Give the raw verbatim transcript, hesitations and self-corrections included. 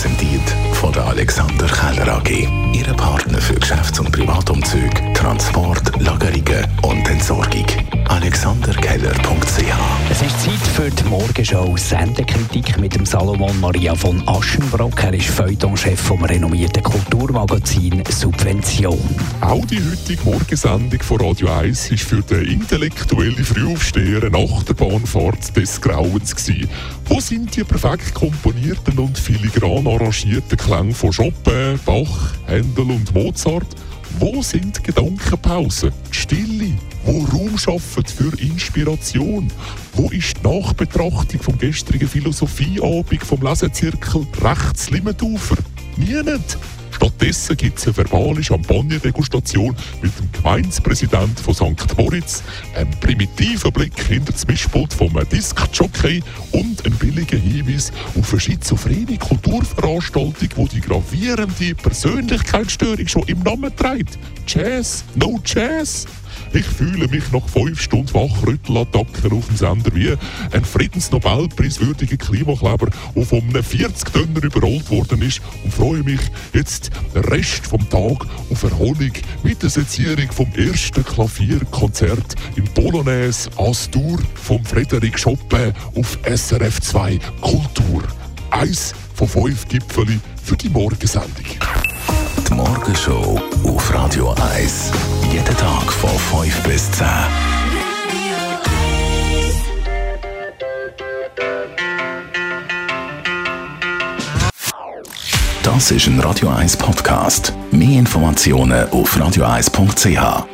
präsentiert von der Alexander Keller A G. Ihre Partner für Geschäfts- und Privatumzüge, Transport, Lagerungen und Entsorgung. alexander keller punkt c h. Es ist Zeit für die Morgenshow Sendekritik mit dem Salomon Maria von Aschenbrock. Er ist Feuilleton-Chef vom renommierten Kulturmagazin Subvention. Auch die heutige Morgensendung von Radio eins war für den intellektuellen Frühaufsteher eine Achterbahnfahrt des Grauens gewesen. Wo sind die perfekt komponierten und filigran arrangierten Klänge von Chopin, Bach, Händel und Mozart? Wo sind die Gedankenpausen, die Stille, wo Raum schafft für Inspiration? Wo ist die Nachbetrachtung vom gestrigen Philosophieabend vom Lesezirkel rechts Limmentufer? Nie nicht. Stattdessen gibt es eine verbale Champagner-Degustation mit dem Gemeindepräsidenten von Sankt Moritz, einen primitiven Blick hinter das Mischpult vom Diskjockey und einen billigen Hinweis auf eine schizophrene Kulturveranstaltung, die die gravierende Persönlichkeitsstörung schon im Namen trägt. Jazz, no Jazz. Ich fühle mich nach fünf Stunden Wachrüttelattacken auf dem Sender wie ein Friedensnobelpreiswürdiger Klimakleber, der von einem vierzig-Tönner überrollt worden ist, und freue mich jetzt den Rest vom Tag auf Erholung mit der Sezierung vom ersten Klavierkonzert in Polonaise As-Dur von Frédéric Chopin auf S R F zwei Kultur. Eins von fünf Gipfeln für die Morgensendung. Die Morgenshow auf Radio eins. Jeden Tag von fünf bis zehn. Das ist ein Radio eins Podcast. Mehr Informationen auf radio eins punkt c h.